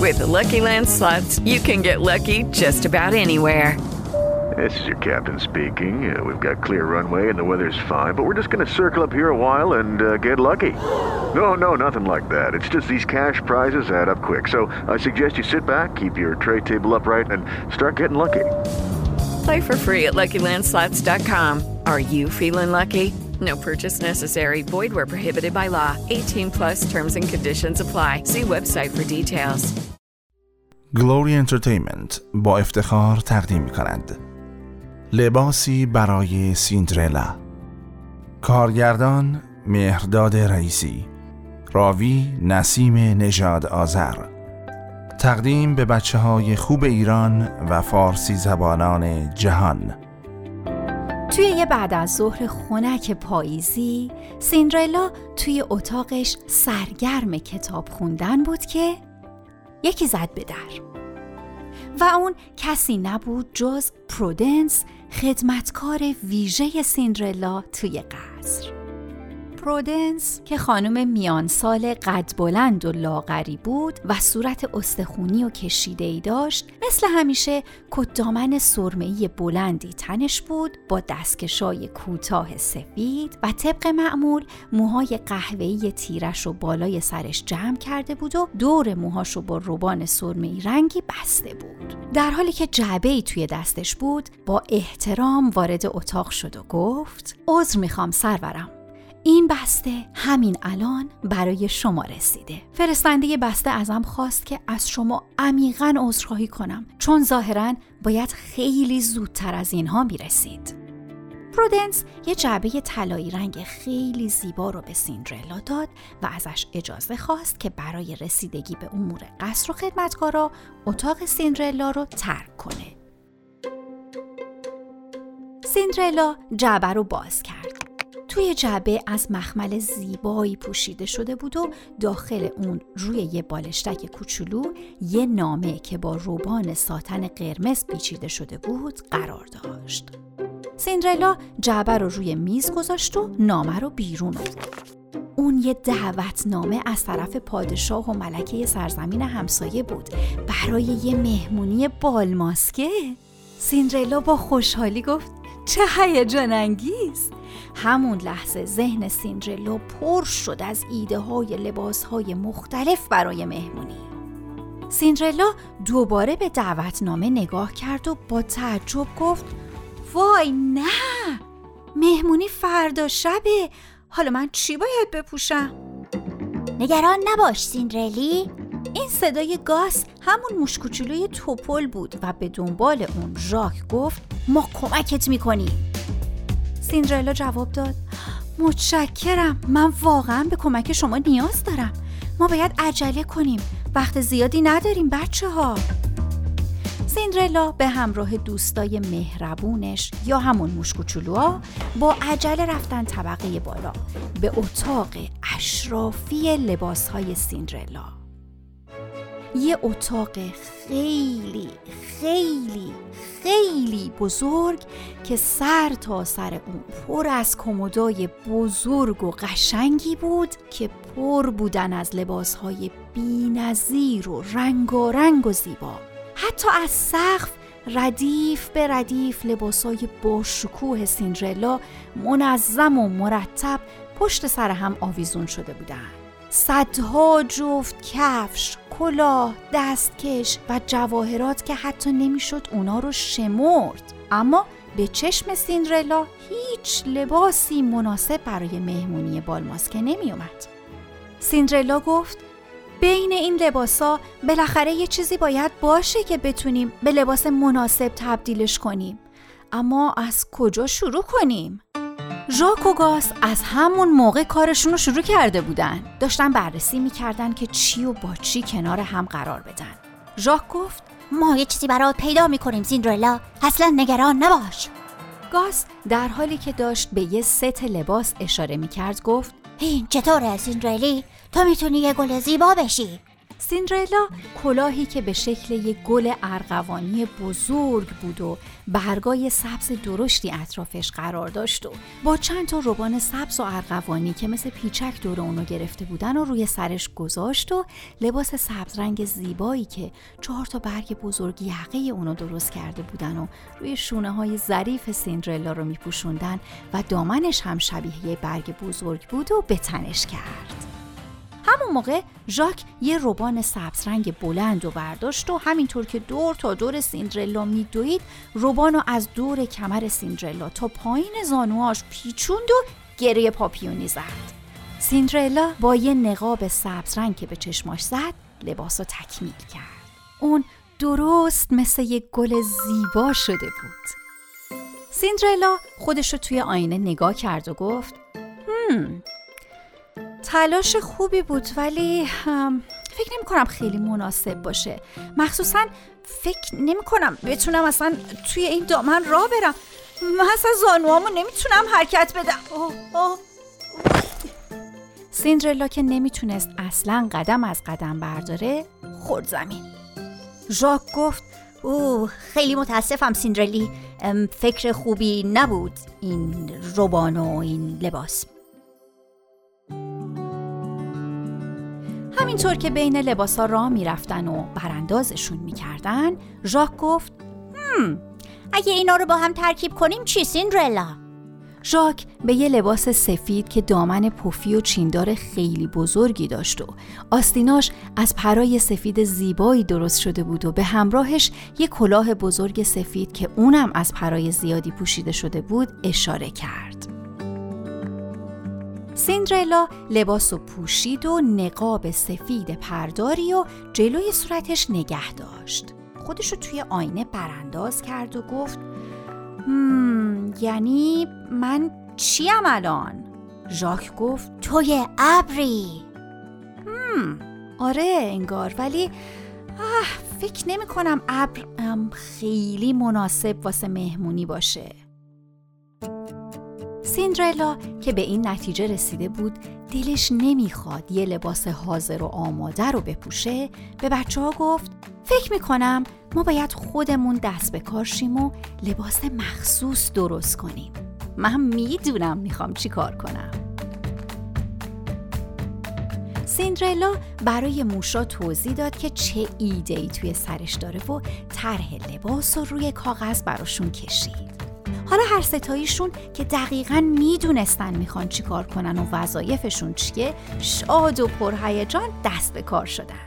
With the Lucky Land Slots, you can get lucky just about anywhere. This is your captain speaking. We've got clear runway and the weather's fine, but we're just going to circle up here a while and get lucky. No, nothing like that. It's just these cash prizes add up quick. So I suggest you sit back, keep your tray table upright, and start getting lucky. Play for free at LuckyLandSlots.com. Are you feeling lucky? No purchase necessary. Void where prohibited by law. 18 plus terms and conditions apply. See website for details. گلوری انترتینمنت با افتخار تقدیم می‌کند لباسی برای سیندرلا. کارگردان مهرداد رئیسی، راوی نسیم نژاد آذر. تقدیم به بچه‌های خوب ایران و فارسی زبانان جهان. توی یه بعد از ظهر خنک پاییزی، سیندرلا توی اتاقش سرگرم کتاب خوندن بود که یکی زد به در و اون کسی نبود جز پرودنس، خدمتکار ویژه سیندرلا توی قصر. پرودنس که خانم میان سال قد بلند و لاغری بود و صورت استخونی و کشیده‌ای داشت، مثل همیشه کتدامن سرمه‌ای بلندی تنش بود با دستکشای کوتاه سفید و طبق معمول موهای قهوه‌ای تیرش رو بالای سرش جمع کرده بود و دور موهاشو با روبان سرمه‌ای رنگی بسته بود. در حالی که جعبه‌ای توی دستش بود، با احترام وارد اتاق شد و گفت: عذر میخوام سرورم، این بسته همین الان برای شما رسیده. فرستنده بسته ازم خواست که از شما عمیقاً عذرخواهی کنم، چون ظاهراً باید خیلی زودتر از اینها میرسید. پرودنس یه جعبه طلایی رنگ خیلی زیبا رو به سیندرلا داد و ازش اجازه خواست که برای رسیدگی به امور قصر و خدمتکارا اتاق سیندرلا رو ترک کنه. سیندرلا جعبه رو باز کرد. توی جعبه از مخمل زیبایی پوشیده شده بود و داخل اون روی یه بالشتک کوچولو یه نامه که با روبان ساتن قرمز پیچیده شده بود قرار داشت. سیندرلا جعبه رو روی میز گذاشت و نامه رو بیرون آورد. اون یه دعوتنامه از طرف پادشاه و ملکه سرزمین همسایه بود برای یه مهمونی بالماسکه. سیندرلا با خوشحالی گفت: چه هیجان انگیز! همون لحظه ذهن سیندرلا پر شد از ایده های لباس های مختلف برای مهمونی. سیندرلا دوباره به دعوتنامه نگاه کرد و با تعجب گفت: وای نه! مهمونی فردا شبه. حالا من چی باید بپوشم؟ نگران نباش سیندرلی. این صدای گاس همون موشکوچولوی توپل بود و به دنبال اون ژاک گفت: ما کمکت میکنیم. سیندرلا جواب داد: متشکرم، من واقعا به کمک شما نیاز دارم. ما باید عجله کنیم، وقت زیادی نداریم بچه ها. سیندرلا به همراه دوستای مهربونش یا همون موشکوچولوها با عجله رفتن طبقه بالا به اتاق اشرافی لباسهای سیندرلا. یه اتاق خیلی خیلی خیلی بزرگ که سر تا سر اون پر از کمدای بزرگ و قشنگی بود که پر بودن از لباسهای بی‌نظیر و رنگارنگ و زیبا. حتی از سقف ردیف به ردیف لباسهای با شکوه سیندرلا منظم و مرتب پشت سر هم آویزون شده بودند. صدها جفت کفش، کلاه، دستکش و جواهرات که حتی نمیشد اونا رو شمرد. اما به چشم سیندرلا هیچ لباسی مناسب برای مهمونی بالماسکه نمی اومد. سیندرلا گفت: بین این لباسا بالاخره یه چیزی باید باشه که بتونیم به لباس مناسب تبدیلش کنیم. اما از کجا شروع کنیم؟ ژاک و گاس از همون موقع کارشون رو شروع کرده بودن. داشتن بررسی میکردن که چی و با چی کنار هم قرار بدن. ژاک گفت: ما یه چیزی برات پیدا میکنیم سیندرلا، اصلا نگران نباش. گاس در حالی که داشت به یه ست لباس اشاره میکرد گفت: این چطوره سیندرلی؟ تو میتونی یه گل زیبا بشی. سیندرلا کلاهی که به شکل یک گل ارغوانی بزرگ بود و برگای سبز درشتی اطرافش قرار داشت و با چند تا روبان سبز و ارغوانی که مثل پیچک دور اونو گرفته بودن و روی سرش گذاشت و لباس سبز رنگ زیبایی که 4 تا برگ بزرگ یقه اونو درست کرده بودن و روی شونه های ظریف سیندرلا رو میپوشوندن و دامنش هم شبیه یه برگ بزرگ بود و به تنش کرد. همون موقع ژاک یه روبان سبز رنگ بلند رو برداشت و همینطور که دور تا دور سیندرلا میدوید روبانو از دور کمر سیندرلا تا پایین زانوهاش پیچوند و گره پاپیونی زد. سیندرلا با یه نقاب سبز رنگ که به چشماش زد لباسو تکمیل کرد. اون درست مثل یه گل زیبا شده بود. سیندرلا خودشو توی آینه نگاه کرد و گفت تلاش خوبی بود ولی فکر نمی کنم خیلی مناسب باشه. مخصوصا فکر نمی کنم بتونم اصلا توی این دامن راه برم. من اصلا زانوامو نمیتونم حرکت بدم. سیندرلا که نمیتونست اصلا قدم از قدم برداره خورد زمین. ژاک گفت خیلی متاسفم سیندرلی، فکر خوبی نبود این روبان و این لباس. همینطور که بین لباسا راه میرفتن و براندازشون میکردن ژاک گفت اگه اینا رو با هم ترکیب کنیم چی سیندرلا؟ ژاک به یه لباس سفید که دامن پفی و چیندار خیلی بزرگی داشت و آستیناش از پرای سفید زیبایی درست شده بود و به همراهش یه کلاه بزرگ سفید که اونم از پرای زیادی پوشیده شده بود اشاره کرد. سیندرلا لباسو پوشید و نقاب سفید پرداری و جلوی صورتش نگه داشت. خودشو توی آینه برانداز کرد و گفت یعنی من چیم الان؟ ژاک گفت توی ابری. آره انگار، ولی فکر نمی کنم ابر خیلی مناسب واسه مهمونی باشه. سیندرلا که به این نتیجه رسیده بود دلش نمیخواد یه لباس حاضر و آماده رو بپوشه، به بچه‌ها گفت فکر میکنم ما باید خودمون دست به کار شیم و لباس مخصوص درست کنیم. من میدونم میخوام چی کار کنم. سیندرلا برای موشا توضیح داد که چه ایده‌ای توی سرش داره و طرح لباس رو روی کاغذ براشون کشید. حالا هر ستاییشون که دقیقاً میدونستن میخوان چی کار کنن و وظایفشون چیه، شاد و پرهیجان دست به کار شدن.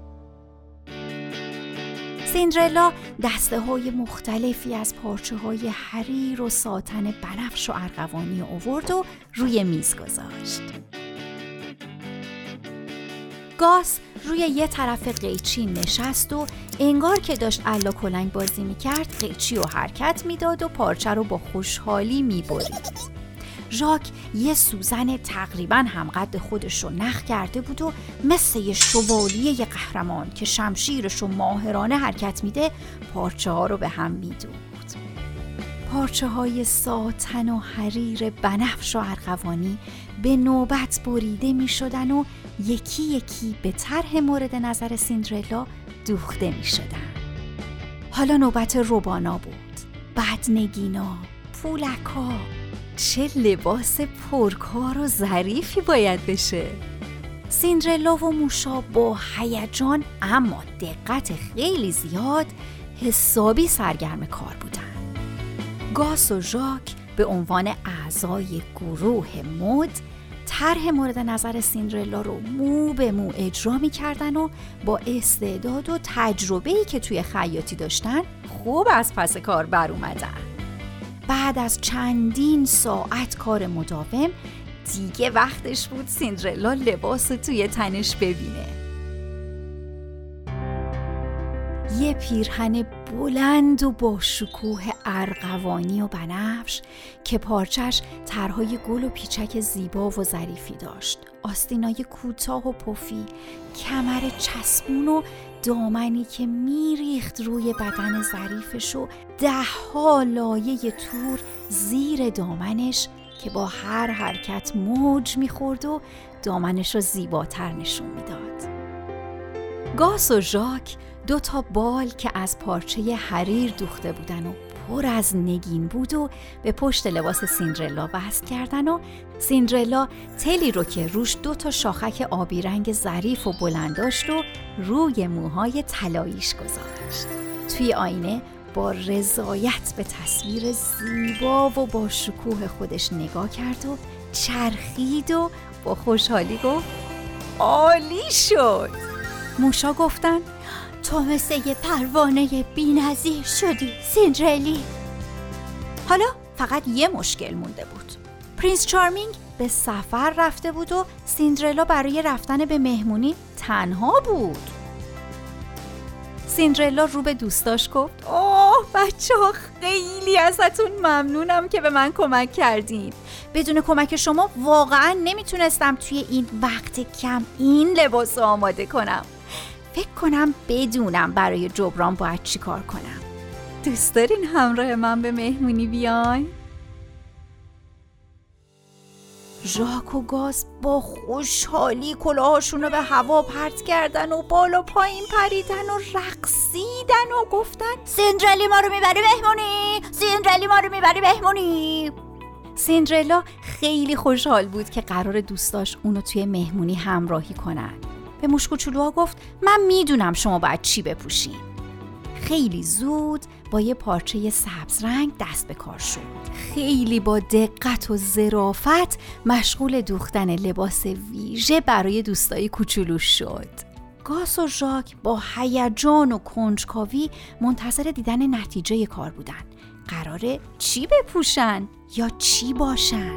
سیندرلا دسته های مختلفی از پارچه های حریر و ساتن بنفش و ارغوانی آورد و روی میز گذاشت. گاس روی یه طرف قیچی نشست و انگار که داشت الا کلنگ بازی میکرد قیچی رو حرکت میداد و پارچه رو با خوشحالی میبرید. ژاک یه سوزن تقریباً همقد خودش رو نخ کرده بود و مثل یه شوالیه یه قهرمان که شمشیرش رو ماهرانه حرکت میده پارچه ها رو به هم میدوخت. پارچه های ساتن و حریر بنفش و ارغوانی به نوبت بریده می شدن و یکی یکی به طرح مورد نظر سیندرلا دوخته می شدن. حالا نوبت روبانا بود، بعد نگینا، پولکا. چه لباس پرکار و ظریفی باید بشه. سیندرلا و موشا با هیجان اما دقت خیلی زیاد حسابی سرگرم کار بودن. گاس و ژاک به عنوان اعضای گروه مد طرح مورد نظر سیندرلا رو مو به مو اجرا می‌کردن و با استعداد و تجربه‌ای که توی خیاطی داشتن خوب از پس کار بر اومدن. بعد از چندین ساعت کار مداوم دیگه وقتش بود سیندرلا لباس رو توی تنش ببینه. یه پیرهن بلند و با شکوه ارغوانی و بنفش که پارچش طرحهای گل و پیچک زیبا و ظریفی داشت، آستینای کوتاه و پفی، کمر چسبون و دامنی که میریخت روی بدن ظریفش و 10 لایه تور زیر دامنش که با هر حرکت موج میخورد و دامنش رو زیباتر نشون میداد. گاس و ژاک 2 بال که از پارچه حریر دوخته بودن و پر از نگین بود و به پشت لباس سیندرلا وصل کردن و سیندرلا تلی رو که روش 2 شاخک آبی رنگ ظریف و بلند داشت و روی موهای طلاییش گذاشت. توی آینه با رضایت به تصویر زیبا و با شکوه خودش نگاه کرد و چرخید و با خوشحالی گفت عالی شد. موشا گفتن تو مثل یه پروانه بی‌نظیر شدی سیندرلی. حالا فقط یه مشکل مونده بود. پرنس چارمینگ به سفر رفته بود و سیندرلا برای رفتن به مهمونی تنها بود. سیندرلا رو به دوستاش گفت اوه بچه‌ها، خیلی ازتون ممنونم که به من کمک کردین. بدون کمک شما واقعا نمیتونستم توی این وقت کم این لباس رو آماده کنم. فکر کنم بدونم برای جبران باید چی کار کنم. دوست دارین همراه من به مهمونی بیاین؟ ژاک و گاز با خوشحالی کلاهاشون رو به هوا پرت کردن و بالا پایین پریدن و رقصیدن و گفتن سیندرلی ما رو میبری مهمونی، سیندرلی ما رو میبری مهمونی. سیندرلا خیلی خوشحال بود که قرار دوستاش اونو توی مهمونی همراهی کنن. به موش کوچولوها گفت من میدونم شما باید چی بپوشین. خیلی زود با یه پارچه سبز رنگ دست به کار شد. خیلی با دقت و ظرافت مشغول دوختن لباس ویژه برای دوستای کوچولوش شد. گاس و ژاک با هیجان و کنجکاوی منتظر دیدن نتیجه کار بودن. قراره چی بپوشن یا چی باشن؟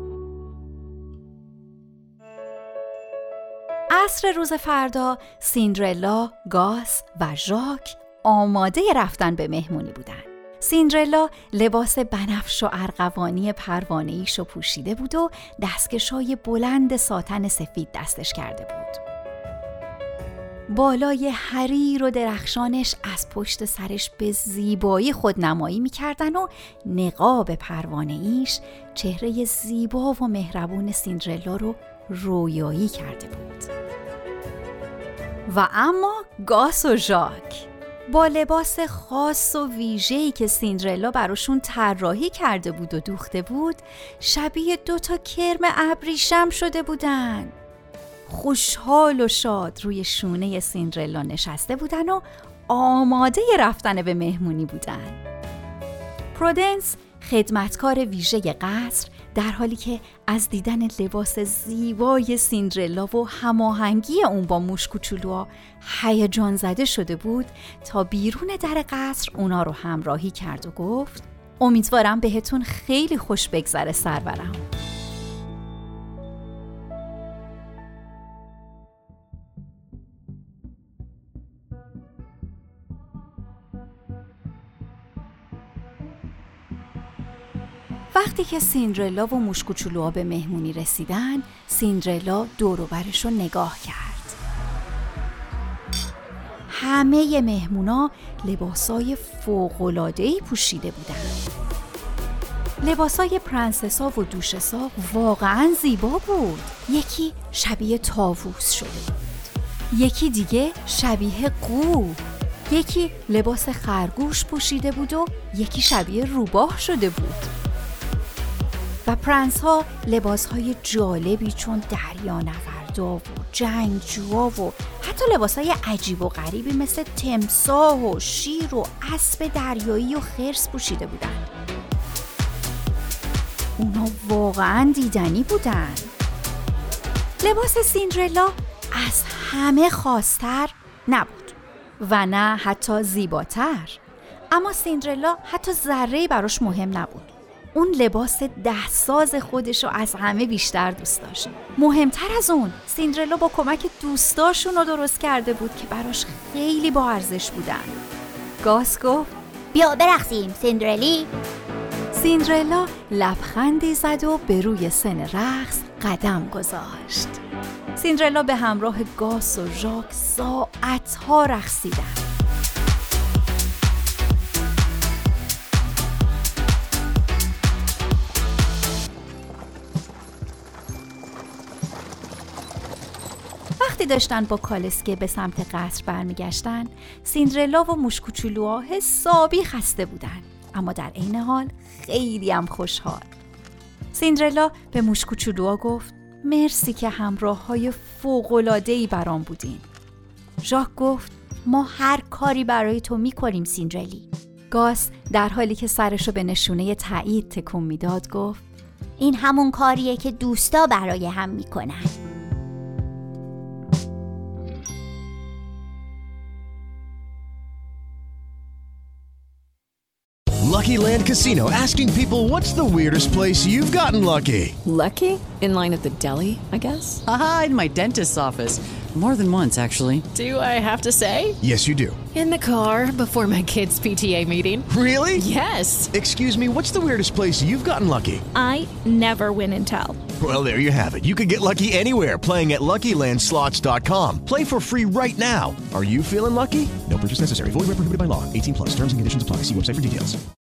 عصر روز فردا سیندرلا، گاس و ژاک آماده رفتن به مهمونی بودن. سیندرلا لباس بنفش و ارغوانی پروانه‌ایشو پوشیده بود و دستکشای بلند ساتن سفید دستش کرده بود. بالای حریر و درخشانش از پشت سرش به زیبایی خودنمایی می‌کردن و نقاب پروانه‌ایش چهره زیبا و مهربون سیندرلا رو رویایی کرده بود. و اما گاس و ژاک با لباس خاص و ویژه‌ای که سیندرلا براشون طراحی کرده بود و دوخته بود شبیه 2 کرم ابریشم شده بودن. خوشحال و شاد روی شونه سیندرلا نشسته بودن و آماده رفتن به مهمونی بودن. پرودنس خدمتکار ویژه قصر در حالی که از دیدن لباس زیبای سیندرلا و هماهنگی اون با موش کوچولوها هیجان زده شده بود تا بیرون در قصر اونا رو همراهی کرد و گفت امیدوارم بهتون خیلی خوش بگذره سرورم. وقتی که سیندرلا و موش کوچولوها به مهمونی رسیدن، سیندرلا دور و برش رو نگاه کرد. همه مهمونا لباسای فوق‌العاده‌ای پوشیده بودن. لباسای پرنسسا و دوشسا واقعاً زیبا بود. یکی شبیه طاووس شده بود، یکی دیگه شبیه قو، یکی لباس خرگوش پوشیده بود و یکی شبیه روباه شده بود. و پرنس ها لباس های جالبی چون دریانوردا و جنگجوها و حتی لباس های عجیب و غریبی مثل تمساح و شیر و اسب دریایی و خرس پوشیده بودن. اونا واقعا دیدنی بودن. لباس سیندرلا از همه خاص‌تر نبود و نه حتی زیباتر، اما سیندرلا حتی ذره‌ای براش مهم نبود. اون لباس 10 ساز خودش رو از همه بیشتر دوست داشت. مهمتر از اون، سیندرلا با کمک دوستاشون رو درست کرده بود که براش خیلی با ارزش بودن. گاس گفت بیا برقصیم سیندرلی. سیندرلا لبخندی زد و به روی سن رقص قدم گذاشت. سیندرلا به همراه گاس و ژاک ساعتها رقصیدن. وقتی داشتن با کالسکه به سمت قصر برمیگشتن، سیندرلا و موشکوچولوها حسابی خسته بودن، اما در عین حال خیلی هم خوشحال. سیندرلا به موشکوچولوها گفت مرسی که همراه‌های فوق‌العاده‌ای برام بودین. ژاک گفت ما هر کاری برای تو می‌کنیم سیندرلی. گاس در حالی که سرشو به نشونه تایید تکون میداد گفت این همون کاریه که دوستا برای هم میکنن. Lucky Land Casino, asking people, what's the weirdest place you've gotten lucky? Lucky? In line at the deli, I guess? Aha, in my dentist's office. More than once, actually. Do I have to say? Yes, you do. In the car before my kids' PTA meeting. Really? Yes. Excuse me, what's the weirdest place you've gotten lucky? I never win and tell. Well, there you have it. You can get lucky anywhere, playing at LuckyLandSlots.com. Play for free right now. Are you feeling lucky? No purchase necessary. Void where prohibited by law. 18+. Terms and conditions apply. See website for details.